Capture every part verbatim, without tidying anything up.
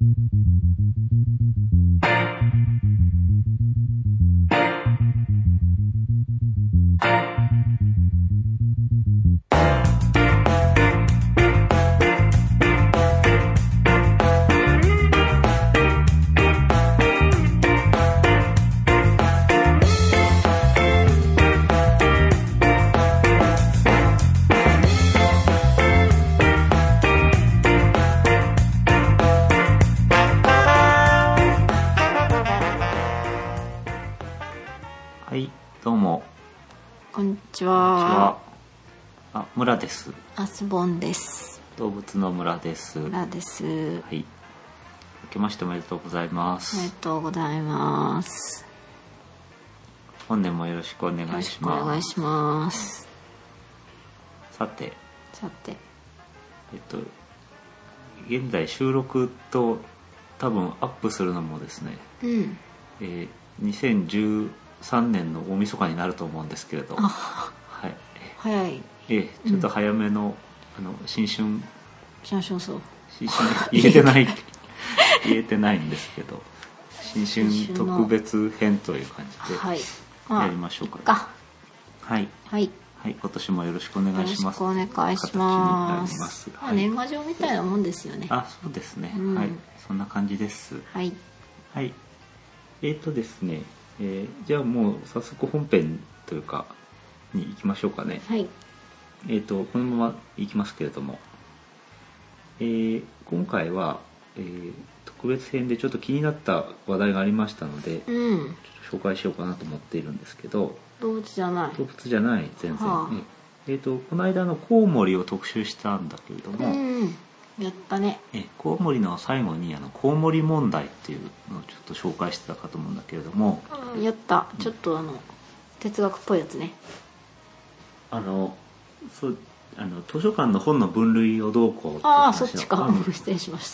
はい、どうも。 こんにちこんにちは。 は。あ、村です。 アスボンです。 動物の村です。 村です。 はい。明けましておめでとうございまおめですとうございます。 本年もよろしくお願いします。 よろしくお願いします。 さて、 さて、 えっと現在収録と多分アップするのもですね、 うん。 えー、にせんじゅうさんねんの大晦日になると思うんですけれど、 あ、 はい。 早い。 えー、ちょっと早めの、うん、あの新春新春そう。 新春言えてない言えてないんですけど、新春特別編という感じで、はい、やりましょうか、ね。 かはいはいはい、今年もよろしくお願いします。 よろしくお願いします。ますはい、年賀状みたいなもんですよね。 あ、そうですね、うん、はい、そんな感じです。 はいはい。えーとですね、えー、じゃあもう早速本編というかに行きましょうかね。 はい。 えーとこのまま行きますけれども、えー、今回は、えー、特別編でちょっと気になった話題がありましたので、うん、ちょっと紹介しようかなと思っているんですけど、 動物じゃない動物じゃない全然、 はあ、 えーとこの間のコウモリを特集したんだけれども、 うん、やったね。 えコウモリの最後にあのコウモリ問題っていうのをちょっと紹介してたかと思うんだけれども、 うん、やったちょっとあの、うん、哲学っぽいやつね。 あのそうあの図書館の本の分類をどうこうっていう話の、 ああそっちか、うん、失礼しました。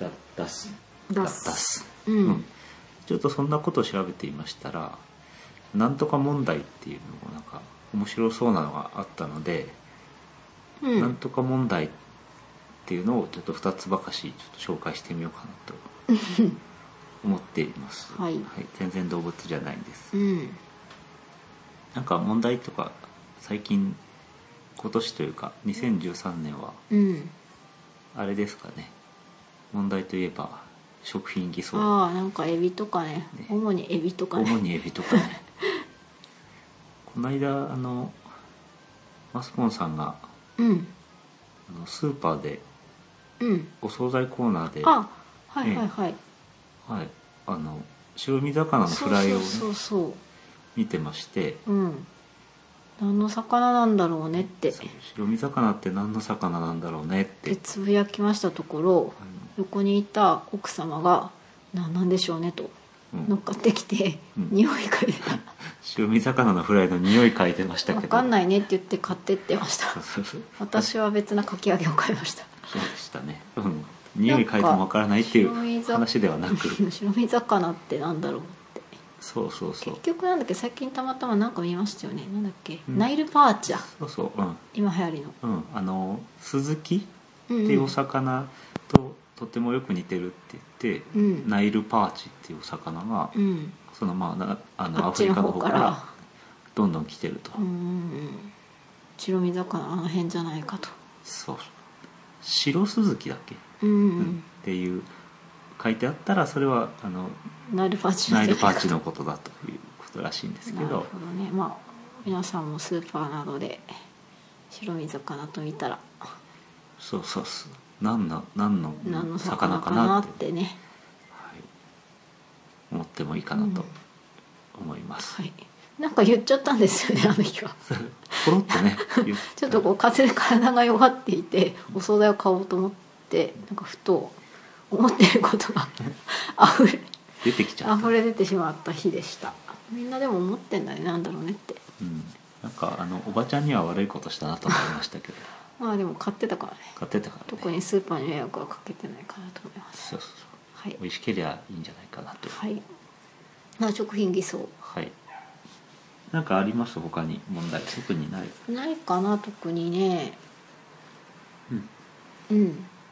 だ出す出す出す、 うんうん、 ちょっとそんなことを調べていましたら、なんとか問題っていうのがなんか面白そうなのがあったので、うん、なんとか問題っていうのをちょっとふたつばかしちょっと紹介してみようかなと思っています、 はい、はい、 全然動物じゃないんです、 うん、 なんか問題とか最近今年というかにせんじゅうさんねんは、うん、あれですかね、問題といえば食品偽装。 ああなんかエビとか ね, ね主にエビとかね主にエビとかねこの間あのマスポンさんが、うん、あのスーパーで、うん、お惣菜コーナーで、 あはいはいはい、 はい、あの白身魚のフライを、ね、 そうそうそうそう見てまして、 うん、何の魚なんだろうねって、 白身魚って何の魚なんだろうねってつぶやきましたところ、うん、横にいた奥様が何なんでしょうねと乗っかってきて、うん、匂い嗅いでた白身魚のフライの匂い嗅いでましたけど、 分かんないねって言って買ってってました私は別なかき揚げを買いました。 そうでしたね、うん、匂い嗅いでも分からないっていう話ではなく白身魚ってなんだろうって、 そうそうそう、 結局なんだっけ、最近たまたまなんか見ましたよね、なんだっけ、うん、ナイルパーチだ、 そうそう、うん、 今流行りの、 うん、あのスズキっていうお魚ととてもよく似てるって言って、うん、ナイルパーチっていうお魚が、うん、そのまああのアフリカの方からどんどん来てると、うん、 白身魚あの辺じゃないかと、 そう白スズキだっけ、うんうんうん、っていう書いてあったらそれはあのナイルパーチナイルパーチのことだということらしいんですけど、なるほどね、まあ皆さんもスーパーなどで白身魚と見たらそうそうそう何の何の魚かなってね、はい、思ってもいいかなと思います、 うん、はい、なんか言っちゃったんですよね、あの日はポロッとねちょっとこう風で体が弱っていてお惣菜を買おうと思ってなんかふと思っていることがあふれ出てきちゃった、 溢れ出てしまった日でした。みんなでも思ってんだね、なんだろうねって、 うん、なんかあのおばちゃんには悪いことしたなと思いましたけどまあでも買ってたからね、 買ってたからね、 特にスーパーに迷惑はかけてないかなと思います。 そうそうそう、 はい、 美味しけりゃいいんじゃないかなと、 はい、な食品偽装、 はい、なんかあります他に問題、特にないないかな特にね、うん、うん、で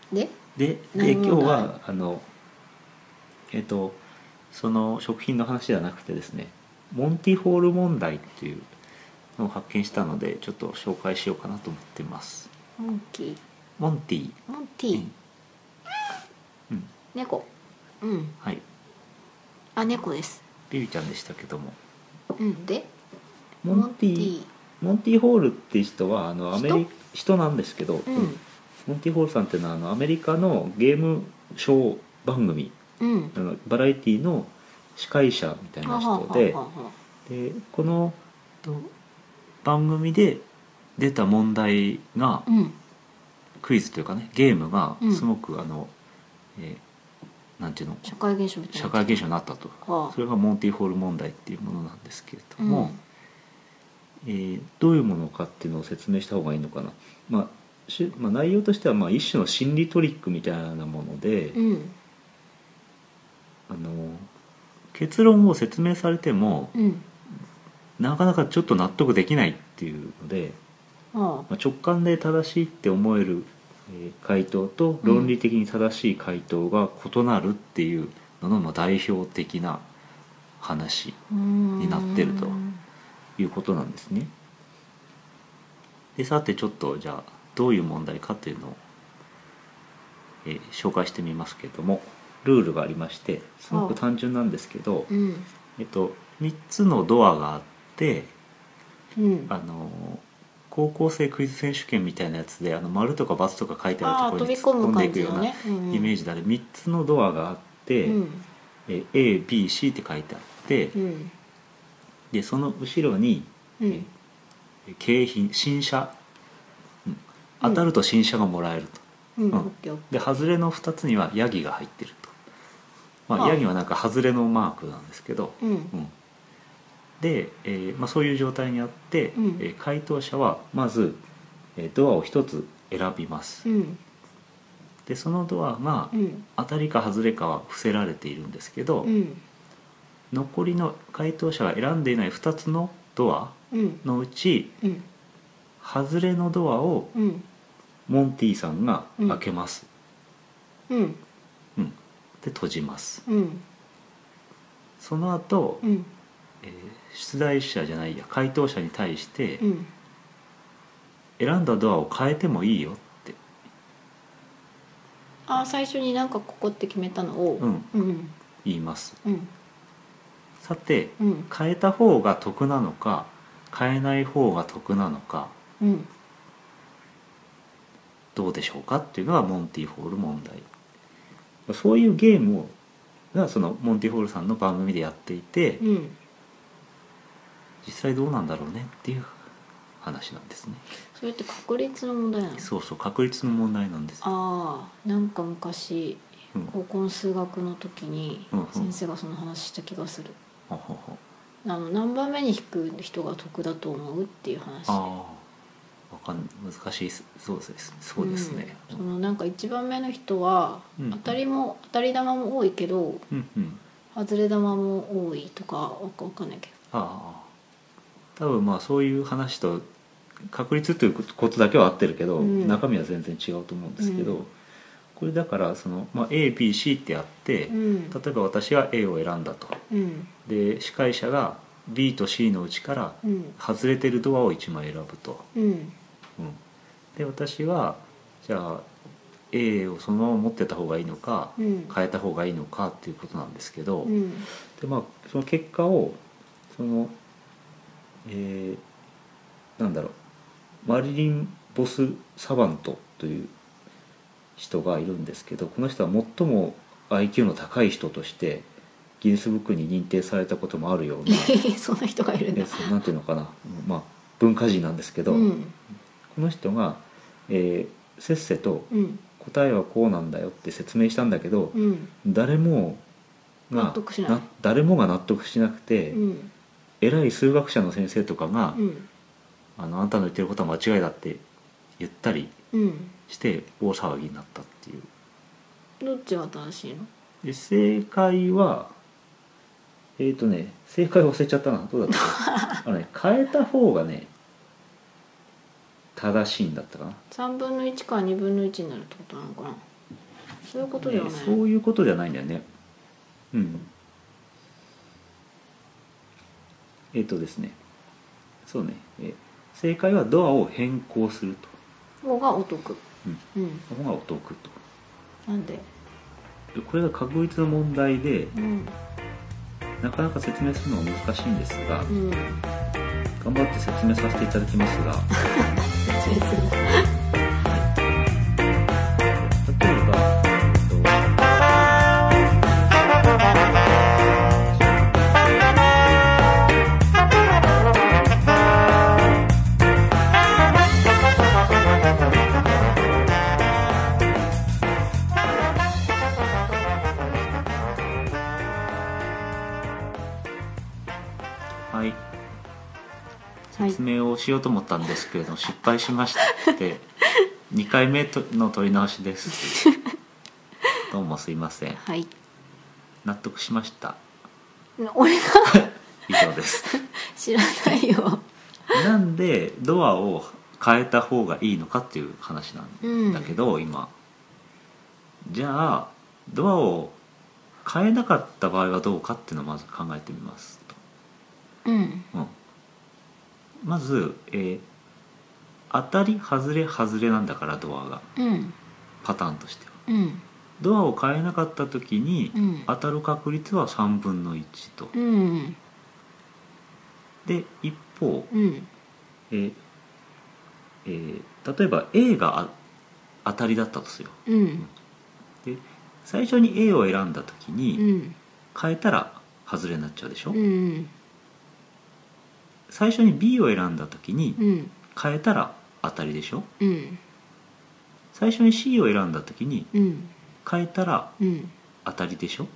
でで何問題今日はあのえっ、とその食品の話ではなくてですね、モンティホール問題っていうのを発見したのでちょっと紹介しようかなと思ってます。 モンキーモンティモンティー、 うんうん猫。うんはい、 あ、猫です。 ビビちゃんでしたけども、 うんでモンティモンティホールっていう人はあのアメリ人なんですけど、 うんモンティホールさんっていうのはあのアメリカのゲームショー番組、 うんあのバラエティの司会者みたいな人で、 ははははでこのと番組で出た問題が、 うんクイズというかねゲームがうんすごくあの、えーなんていうの社会現象みたいな社会現象になったと、 はあそれがモンティホール問題っていうものなんですけれども、 うんえーどういうものかっていうのを説明した方がいいのかな、まあしまあ、内容としてはまあ一種の心理トリックみたいなもので、 うんあの結論を説明されてもうんなかなかちょっと納得できないっていうので、 はまあ、直感で正しいって思える、えー回答と論理的に正しい回答が異なるっていうののまあ代表的な話あになってるとうんいうことなんですね。でさてちょっとじゃあどういう問題かというのを、えー紹介してみますけれども、ルールがありましてすごく単純なんですけど、 うんえっと、みっつのドアがあってうんあの高校生クイズ選手権みたいなやつであの丸とか×とか書いてあああ飛びるところに突っ込んで込む感いくようなじのねイメージであるみっつのドアがあって、 うんえ エービーシー って書いてあってう、んでその後ろに、 うんえ景品新車、うん当たると新車がもらえると、 うんうんオッケーオッケで外れのふたつにはヤギが入ってると、まあ、 はあヤギはなんか外れのマークなんですけど、 ーうんうんで、えーまあ、そういう状態にあって、 うんえー回答者はまず、えードアをひとつ選びます。 うんでそのドアがうん当たりか外れかは伏せられているんですけど、 うん残りの回答者が選んでいないふたつのドアうんのうちうん外れのドアをうんモンティさんが開けます、 うんうんで閉じます。 うんその後、 うんえー出題者じゃないや回答者に対して、 うん選んだドアを変えてもいいよってあー最初になんかここって決めたのをうんうん言います。 うんさてうん変えた方が得なのか変えない方が得なのかうんどうでしょうかっていうのがモンティホール問題。そういうゲームをがそのモンティホールさんの番組でやっていて、 うん実際どうなんだろうねっていう話なんですね。 それって確率の問題なの？ そうそう確率の問題なんです。 ああなんか昔うん高校の数学の時にうんうん先生がその話した気がする。 ほほほあの何番目に引く人が得だと思うっていう話。 ああわかん難しいすそうですそうですね。 うん、そのなんかいちばんめの人はうん当たりも当たり玉も多いけどうんうん外れ玉も多いとかわかわかんないけど。 ああ多分まあそういう話と確率ということだけは合ってるけど、 うん中身は全然違うと思うんですけど、 うんこれだからその、まあ、エービーシー ってあって、 うん例えば私が A を選んだとうんで司会者が ビー と シー のうちからうん外れてるドアをいちまい選ぶと、 うんうん、で私はじゃあ A をそのまま持ってた方がいいのか、 うん変えた方がいいのかっていうことなんですけど、 うんでまあその結果をそのえーなんだろうマリリン・ボス・サバントという人がいるんですけど、この人は最も アイキュー の高い人としてギネスブックに認定されたこともあるようなそんな人がいるんだえ。そうなんていうのかな、まあ、文化人なんですけど、 うんこの人が、えーせっせとうん答えはこうなんだよって説明したんだけど、 うん誰もが納得しない誰もが納得しなくて、 うん偉い数学者の先生とかが、 うんあのあんたの言ってることは間違いだって言ったりうんして大騒ぎになったっていう。 どっちが正しいの？ で正解はえっ、ー、とね正解忘れちゃったな、どうだったかなあのね変えた方がね正しいんだったかな。 さんぶんのいちからにぶんのいちになるってことなのかな。 そういうことではない、 ね、そういうことじゃないんだよね。うんえっ、ー、とですねそうね、えー、正解はドアを変更すると方がお得。 うん、うん、方がお得と。 なんでこれが確率の問題で、 うん、 なかなか説明するのが難しいんですが、うん、頑張って説明させていただきますが説明する例えば説明をしようと思ったんですけれども失敗しましてにかいめの取り直しですどうもすいません、 はい、 納得しました。 俺が以上です知らないよ。 なんでドアを変えた方がいいのかっていう話なんだけど、うん、今じゃあドアを変えなかった場合はどうかっていうのをまず考えてみますと、うんうん、まず、えー、当たり外れ外れなんだからドアが、うん、パターンとしては、うん、ドアを変えなかった時に、うん、当たる確率はさんぶんのいちと、うん、で一方、うん、えーえー、例えば A が当たりだったとするよ、うん、で最初に A を選んだ時に、うん、変えたら外れになっちゃうでしょ、うん、最初に B を選んだ時に、うん、変えたら当たりでしょ、うん、最初に C を選んだ時に、うん、変えたら当たりでしょ、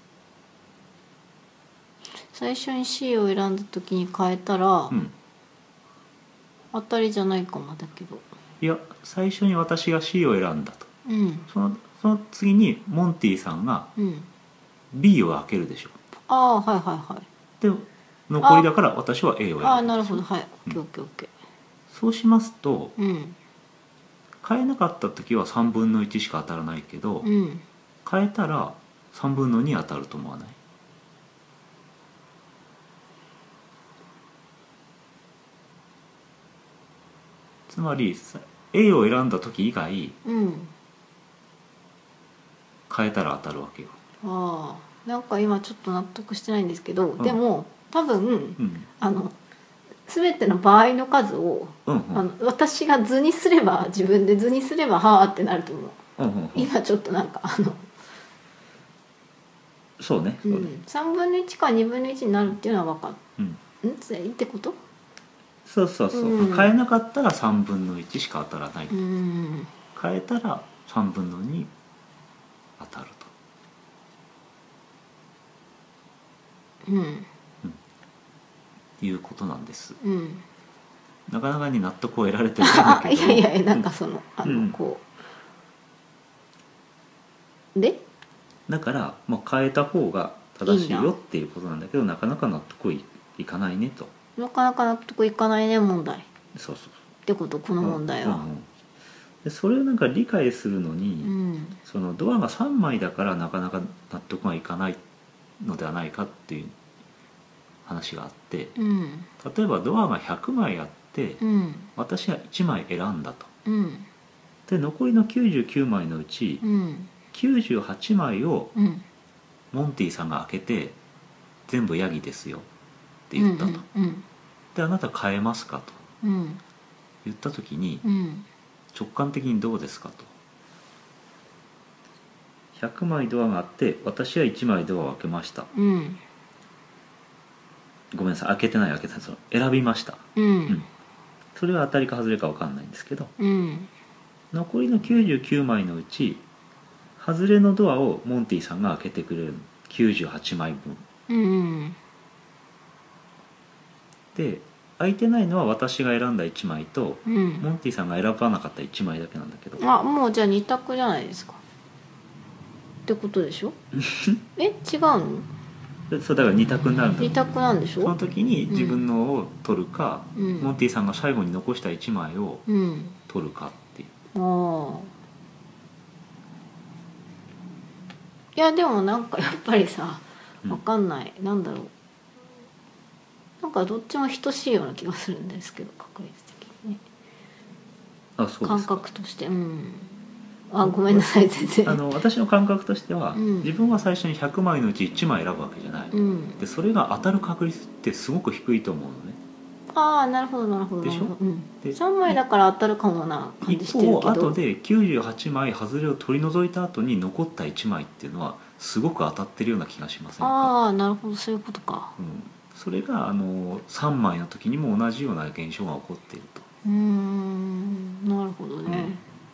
最初に C を選んだ時に変えたら、うん、当たりじゃないかもだけど、 いや最初に私が C を選んだと、うん、その、その次にモンティさんが B を開けるでしょ、うん、 ああはいはいはい、 で残りだから私は A を選ぶ。 ああなるほど、はい、うん、オッケーオッケー。 そうしますと、うん、変えなかった時はさんぶんのいちしか当たらないけど、うん、変えたらさんぶんのに当たると思わない？つまり A を選んだ時以外、うん、変えたら当たるわけよ。 ああなんか今ちょっと納得してないんですけど、うん、でも多分、うん、あの全ての場合の数を、うんうん、あの私が図にすれば自分で図にすればはあってなると思う、うんうんうん、今ちょっとなんかあのそうね、そうね、 うん、さんぶんのいちかにぶんのいちになるっていうのは分かる、うん、んってこと？ そうそうそう、うん、変えなかったらさんぶんのいちしか当たらない、うん、変えたらさんぶんのに当たると、うんうん、いうことなんです、うん、なかなかに納得を得られてないんだけどいやいやなんかそのあの、うん、こうでだからもう変えた方が正しいよっていうことなんだけど、なかなか納得いかないねと。 なかなか納得いかないね問題。 そうそうってことこの問題は、うんうん、 でそれをなんか理解するのに、うん、そのドアがさんまいだからなかなか納得がいかないのではないかっていう話があって、うん、例えばドアがひゃくまいあって、うん、私がいちまい選んだと、うん、で残りのきゅうじゅうきゅうまいのうち、うん、きゅうじゅうはちまいをモンティさんが開けて全部ヤギですよって言ったと、うんうんうん、であなた変えますかと、うん、言った時に、うん、直感的にどうですかと。ひゃくまいドアがあって私はいちまいドアを開けました、うん、ごめんなさい開けてない開けてないその選びました、うんうん、それは当たりか外れか分かんないんですけど、うん、残りのきゅうじゅうきゅうまいのうち外れのドアをモンティさんが開けてくれるきゅうじゅうはちまいぶん、うん、で開いてないのは私が選んだいちまいと、うん、モンティさんが選ばなかったいちまいだけなんだけど、 あもうじゃあに択じゃないですかってことでしょえ違うの？ そうだからに択になるんだ。 に択なんでしょ？ その時に自分のを取るか、うん、モンティさんが最後に残したいちまいを取るかっていう、うん、あいやでもなんかやっぱりさわかんない、うん、なんだろう、なんかどっちも等しいような気がするんですけど確率的にね。 あ、そうですか。 感覚として、うん、あ、ごめんなさい全然。 あの私の感覚としては、 うん、 自分は最初にひゃくまいのうちいちまい選ぶわけじゃない、うん、でそれが当たる確率ってすごく低いと思うのね。 ああ、なるほどなるほど。 でしょ、うん、でさんまいだから当たるかもな感じしてるけど、 一方後できゅうじゅうはちまい外れを取り除いた後に残ったいちまいっていうのはすごく当たってるような気がしませんか。 ああ、なるほど、そういうことか、 うん、それがあのさんまいの時にも同じような現象が起こっていると。 うーん、なるほどね、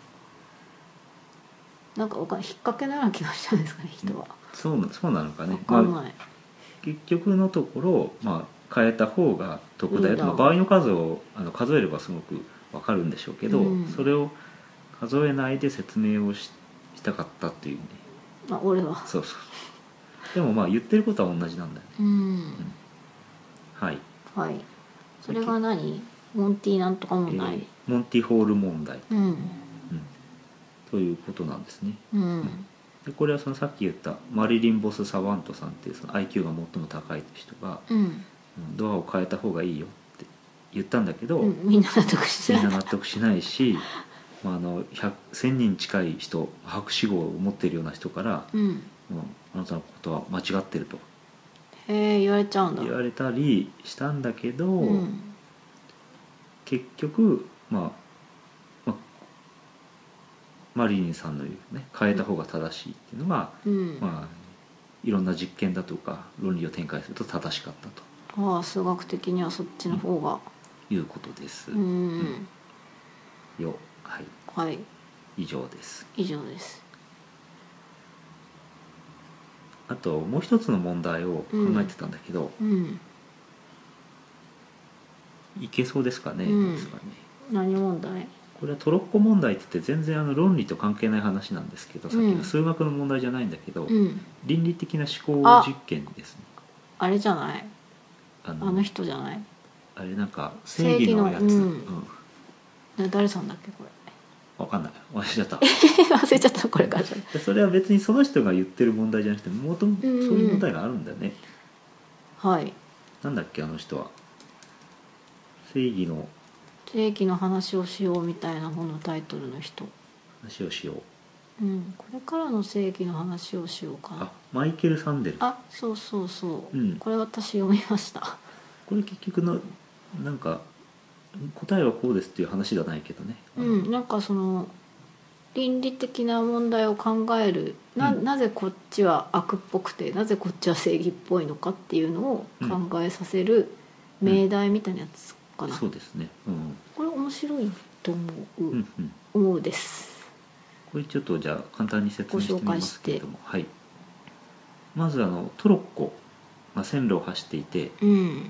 うん、なんか引っ掛けのような気がしたんですかね、人は、うん、 そうそうなのかね。 分かんない、まあ、 結局のところ、まあ変えた方が得だよと、まあ、場合の数をあの数えればすごく分かるんでしょうけど、うん、それを数えないで説明を し, したかったっていうね。 あ、俺はそうそう。でもまあ言ってることは同じなんだよね、うんうん、はいはい。それが何？モンティなんとか問題、えー、 モンティホール問題、 うんうん、 ということなんですね、 うんうん、でこれはそのさっき言ったマリリン・ボス・サワントさんっていうその アイキュー が最も高い人が、うん、ドアを変えた方がいいよって言ったんだけど、うん、 みんな納得しないみんな納得しないしまあ、あのせんにん近い人、博士号を持っているような人から、うんうん、あなたのことは間違ってるとへえ、言われちゃうんだ。 言われたりしたんだけど、うん、結局、まあまあ、マリリンさんの言うね、変えた方が正しいっていうのが、うん、まあ、いろんな実験だとか論理を展開すると正しかったと。ああ、数学的にはそっちの方が、 うん、いうことです。うん、うん、よ、はい、 はい、 以上です。 以上です。 あともう一つの問題を考えてたんだけど、うんうん、いけそうですかね、うん、ですかね。 何問題？ これはトロッコ問題って言って全然あの論理と関係ない話なんですけど、さっきの数学の問題じゃないんだけど、うん、倫理的な思考実験ですね。 あ、あれじゃない、あの、あの人じゃない、 あれなんか正義のやつ、うんうん、誰さんだっけこれ。 分かんない、忘れちゃった忘れちゃったこれからじゃない。 それは別にその人が言ってる問題じゃなくてもともとそういう問題があるんだよね、 うんうん、はい。 なんだっけあの人は、正義の正義の話をしようみたいな本のタイトルの人。 話をしよう、うん、これからの正義の話をしようかな。 あ、マイケル・サンデル。 あ、そうそうそう、うん、これ私読みました。 これ結局のなんか答えはこうですっていう話じゃないけどね、 うん、なんかその倫理的な問題を考える な,、うん、なぜこっちは悪っぽくてなぜこっちは正義っぽいのかっていうのを考えさせる命題みたいなやつかな、うん、 そうですね、うん、 これ面白いと思う、うんうん、思うです。 これちょっとじゃあ簡単に説明してみますけれども、はい、まずあのトロッコが線路を走っていて、うん、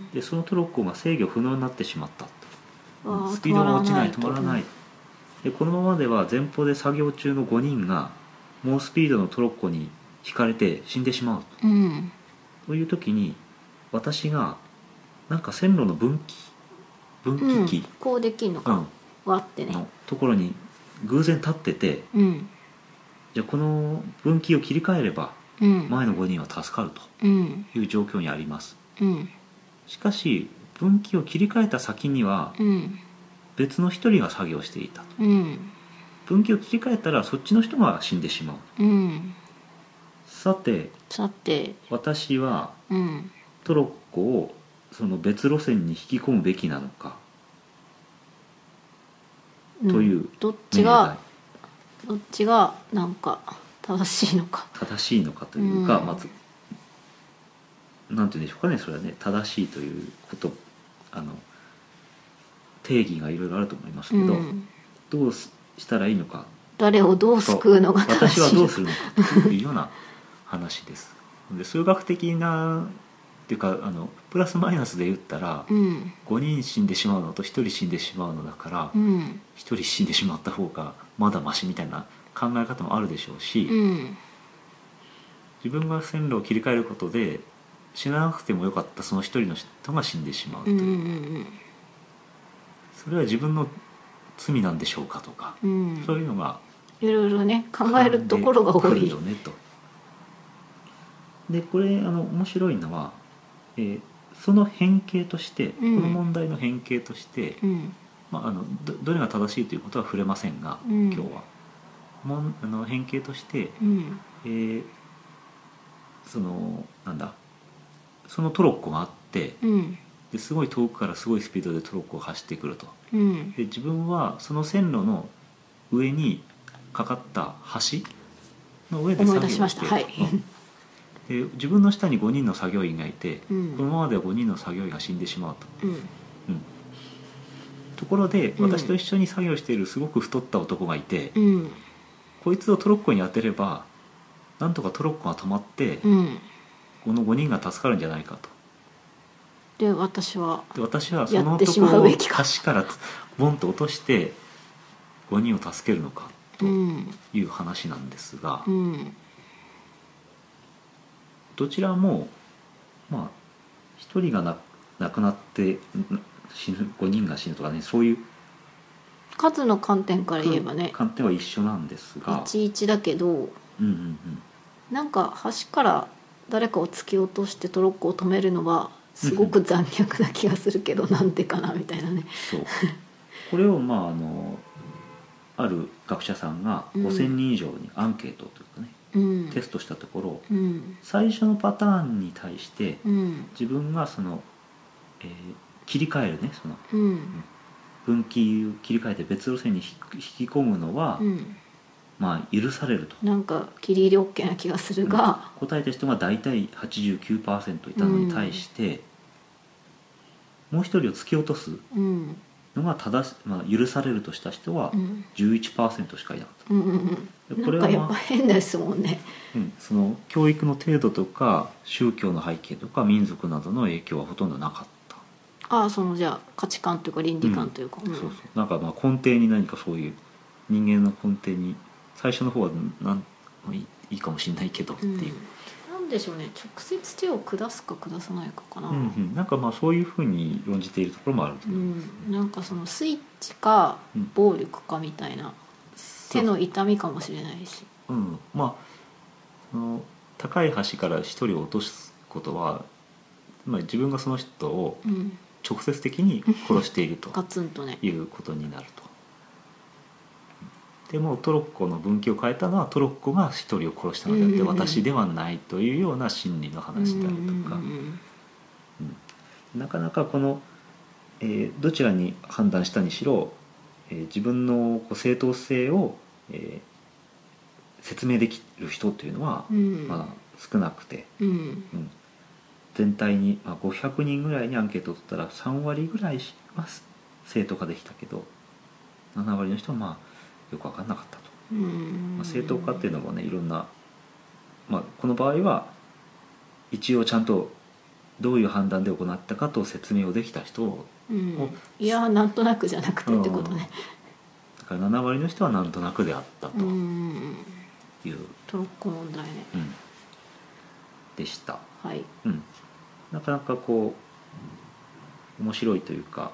でそのトロッコが制御不能になってしまったと、スピードが落ちない、止まらない、でこのままでは前方で作業中のごにんが猛スピードのトロッコにひかれて死んでしまうと、うん、という時に私がなんか線路の分岐分岐器、 うん、こうできんのか、うん、わってねのところに偶然立ってて、うん、じゃあこの分岐を切り替えれば前のごにんは助かるという状況にあります、うん、しかし分岐を切り替えた先には別の一人が作業していたと、うん、分岐を切り替えたらそっちの人が死んでしまう、うん、さてさて私はトロッコをその別路線に引き込むべきなのか、うん、というどっちがどっちがなんか正しいのか正しいのかというか、うん、まずなんて言うんでしょうかね、それはね、正しいということあの定義がいろいろあると思いますけど、うん、どうしたらいいのか、 誰をどう救うのが正しいのか、 私はどうするのかというような話ですで数学的なっていうかあのプラスマイナスで言ったら、うん、ごにん死んでしまうのとひとり死んでしまうのだから、うん、ひとり死んでしまった方がまだマシみたいな考え方もあるでしょうし、うん、自分が線路を切り替えることで死ななくてもよかったその一人の人が死んでしまうという、うんうんうん、それは自分の罪なんでしょうかとか、うん、そういうのがいろいろね考えるところが多いよねとでこれあの面白いのは、えー、その変形として、うん、この問題の変形として、うんまあ、あの ど, どれが正しいということは触れませんが、うん、今日はもんあの変形として、うんえー、そのなんだそのトロッコがあって、うん、ですごい遠くからすごいスピードでトロッコが走ってくると、うん、で自分はその線路の上にかかった橋の上で作業をしていると、はいで自分の下にごにんの作業員がいて、うん、このままではごにんの作業員が死んでしまうと、うんうん、ところで私と一緒に作業しているすごく太った男がいて、うん、こいつをトロッコに当てればなんとかトロッコが止まって、うん、このごにんが助かるんじゃないかと。 で私はで私はその男を橋からボンと落としてごにんを助けるのかという話なんですが、うん、どちらもまあひとりがな亡くなって死ぬごにんが死ぬとかね、そういう数の観点から言えばね観点は一緒なんですが、 いちいちだけど、うんうんうん、なんか橋から誰かを突き落としてトロッコを止めるのはすごく残虐な気がするけど、うんうん、なんでかなみたいなね。 そうこれをまああのある学者さんがごせんにん以上にアンケートというかね、うん、テストしたところ、うん、最初のパターンに対して、うん、自分がその、えー、切り替えるねその、うん、分岐を切り替えて別路線に引き込むのは、うん、まあ許されると。 なんか切り入り OK な気がするが、 うん、答えた人が大体 はちじゅうきゅうパーセント いたのに対して、うん、もう一人を突き落とす、うんのが正し、まあ、許されるとした人は じゅういちパーセント しかいなかった、うんうんうん、 これは、まあ、なんかやっぱ変ですもんね、 うん、その教育の程度とか宗教の背景とか民族などの影響はほとんどなかった。 ああ、そのじゃあ価値観というか倫理観というか、 うんうん、そうそうなんかまあ根底に何かそういう人間の根底に最初の方はなんいいかもしれないけどっていう、うんなんでしょうね、直接手を下すか下さないかかな、 うんうん、なんかまあそういうふうに論じているところもあると思います、ね、 うん、なんかそのスイッチか暴力かみたいな、うん、手の痛みかもしれないし、 うん、まあその高い橋から一人を落とすことは、まあ、自分がその人を直接的に殺していると、 ガツンとねいうことになると。でもトロッコの分岐を変えたのはトロッコが一人を殺したのであって、うんうんうん、私ではないというような心理の話であるとか、うんうんうん、なかなかこの、えー、どちらに判断したにしろ、えー、自分のこう正当性を、えー、説明できる人というのは、うん、まあ、少なくて、うんうん、全体に、まあ、ごひゃくにんぐらいにアンケートを取ったらさんわりぐらいは正当化できたけどななわりの人はまあよく分かんなかったと。まあ、正当化っていうのもねいろんな、まあ、この場合は一応ちゃんとどういう判断で行ったかと説明をできた人を、 うん、いやなんとなくじゃなくてってことね、 だからななわりの人はなんとなくであったという、 トロッコ問題ね、うん、 でした。 はい、 うん、なかなかこう面白いというか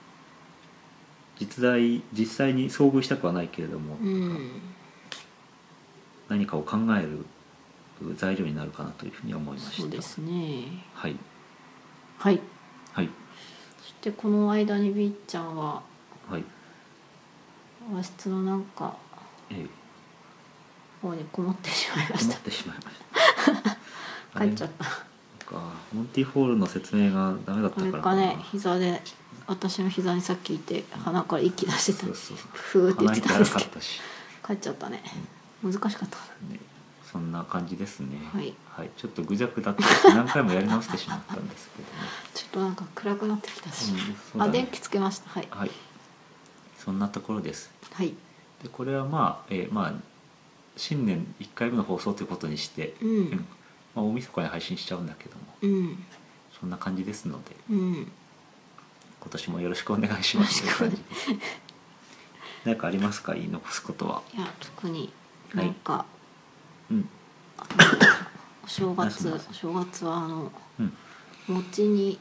実在実際に遭遇したくはないけれども、うん、何かを考える材料になるかなというふうに思いました。 そうですね。 はいはいはい。 そしてこの間にびっちゃんは、 はい、 和室のなんか、ええ、方にこもってしまいました。 こもってしまいました帰っちゃった。モンティフォールの説明がダメだったからかな。 あれかね、膝で私の膝にさっきいて鼻から息出してた、そうそうそうふーって言ってたんですけど帰っちゃったね、うん、難しかった、ね、 そんな感じですね。 はい、 はい、ちょっとぐじゃぐだって何回もやり直してしまったんですけどねちょっとなんか暗くなってきたし、うん、あ、電気つけました。はい、 はい、そんなところです。 はい。 でこれはまあ、えー、まあ新年いっかいめの放送ということにして、うんうん、まあ、大晦日に配信しちゃうんだけども、うん、そんな感じですので、うん、今年もよろしくお願いしますという感じです。何かありますか、言い残すことは。 いや特になんか、はい、うん、お正月お正月はあの、うん、餅に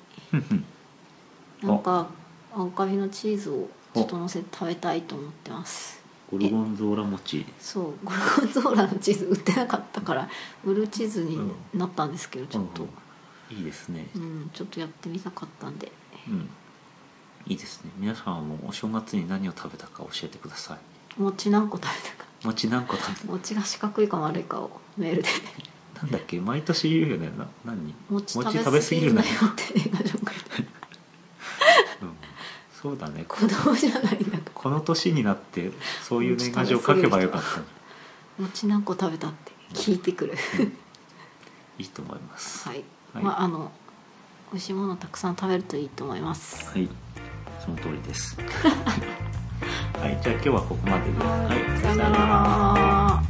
なんか青カビのチーズをちょっとのせて食べたいと思ってます。 ゴルゴンゾーラ餅。 そうゴルゴンゾーラの地図売ってなかったから売る地図になったんですけど、ちょっと、うんうん、いいですね、 うん、ちょっとやってみたかったんで、 うん、いいですね。皆さんもお正月に何を食べたか教えてください。 餅何個食べたか。 餅何個食べたか。 餅が四角いか丸いかをメールでなんだっけ、毎年言うよね。な何餅食べ過ぎるなよって映画紹介で、うん、 そうだね、 子供じゃないんだと。 この年になってそういう年賀状書けばよかった。 餅何個食べたって聞いてくる、うん、 いいと思います。 はい、はい、まああの美味しいものをたくさん食べるといいと思います。 はい、その通りですはい、じゃあ今日はここまでで、はい、 さよなら。